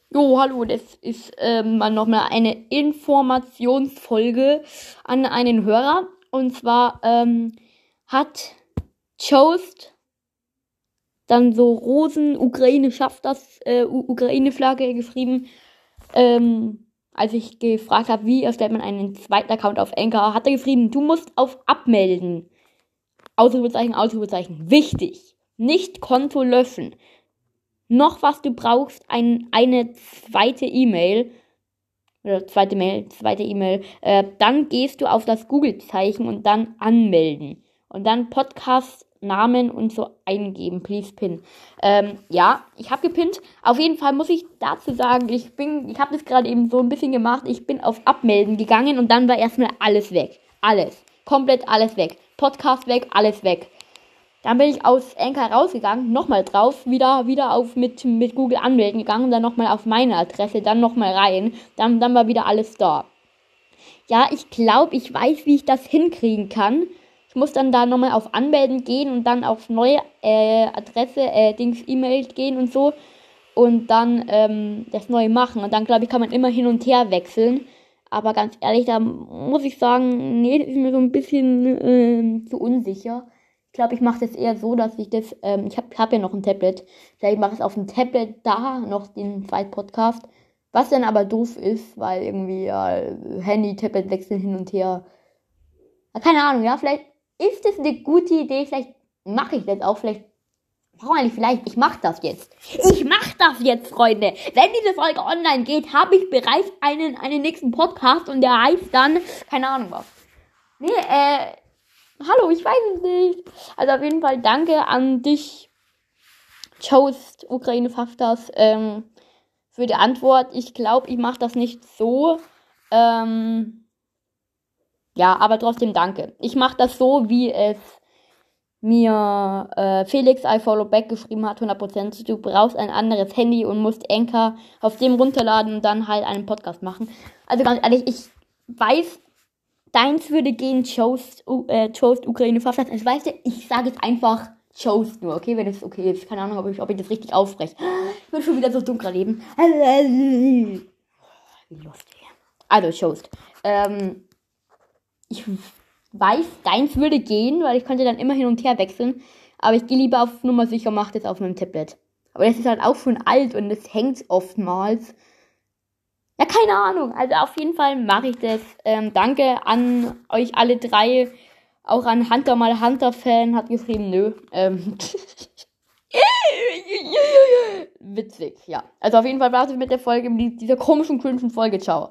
Jo, hallo, das ist mal nochmal eine Informationsfolge an einen Hörer. Und zwar hat Toast dann so Rosen, Ukraine schafft das, Ukraine-Flagge geschrieben. Als ich gefragt habe, wie erstellt man einen zweiten Account auf Anchor, hat er geschrieben, du musst auf Abmelden. Ausrufezeichen, Ausrufezeichen. Wichtig. Nicht Konto löschen. Noch was du brauchst, eine zweite E-Mail. Oder zweite E-Mail. Dann gehst du auf das Google-Zeichen und dann anmelden. Und dann Podcast-Namen und so eingeben. Please pin. Ja, ich habe gepinnt. Auf jeden Fall muss ich dazu sagen, ich habe das gerade eben so ein bisschen gemacht. Ich bin auf Abmelden gegangen und dann war erstmal alles weg. Alles. Komplett alles weg. Podcast weg, alles weg. Dann bin ich aus Anchor rausgegangen, nochmal drauf, wieder auf mit Google anmelden gegangen, dann nochmal auf meine Adresse, dann nochmal rein, dann war wieder alles da. Ja, ich glaube, ich weiß, wie ich das hinkriegen kann. Ich muss dann da nochmal auf Anmelden gehen und dann auf neue Adresse, E-Mail gehen und so und dann das neu machen. Und dann, glaube ich, kann man immer hin und her wechseln. Aber ganz ehrlich, da muss ich sagen, nee, das ist mir so ein bisschen zu unsicher. Ich glaube, ich mache das eher so, dass ich das, ich hab ja noch ein Tablet. Vielleicht mache ich es auf dem Tablet da noch den zweiten Podcast. Was dann aber doof ist, weil irgendwie Handy, Tablet wechseln hin und her. Ja, keine Ahnung, ja, vielleicht ist das eine gute Idee. Vielleicht mache ich das auch. Ich mache das jetzt. Ich mache das jetzt, Freunde. Wenn diese Folge online geht, habe ich bereits einen nächsten Podcast und der heißt dann, keine Ahnung was. Nee, hallo, ich weiß es nicht. Also auf jeden Fall danke an dich, Toast, Ukraine schafft das, für die Antwort. Ich glaube, ich mache das nicht so. Ja, aber trotzdem danke. Ich mache das so, wie es mir Felix I Follow Back geschrieben hat, 100%. Du brauchst ein anderes Handy und musst Anchor auf dem runterladen und dann halt einen Podcast machen. Also ganz ehrlich, ich weiß, deins würde gehen, Toast, Ukraine schafft das. Also weißt du, ich sage jetzt einfach Toast nur, okay, wenn es okay ist. Keine Ahnung, ob ich das richtig ausspreche. Ich bin schon wieder so dumm gerade eben. Wie lustig. Also Toast. Ich weiß, deins würde gehen, weil ich konnte dann immer hin und her wechseln. Aber ich gehe lieber auf Nummer sicher und mache das auf meinem Tablet. Aber das ist halt auch schon alt und das hängt oftmals. Ja, keine Ahnung. Also auf jeden Fall mache ich das. Danke an euch alle drei. Auch an Hunter mal Hunter-Fan hat geschrieben, nö. Witzig, ja. Also auf jeden Fall war es mit der Folge, mit dieser komischen, cringen Folge. Ciao.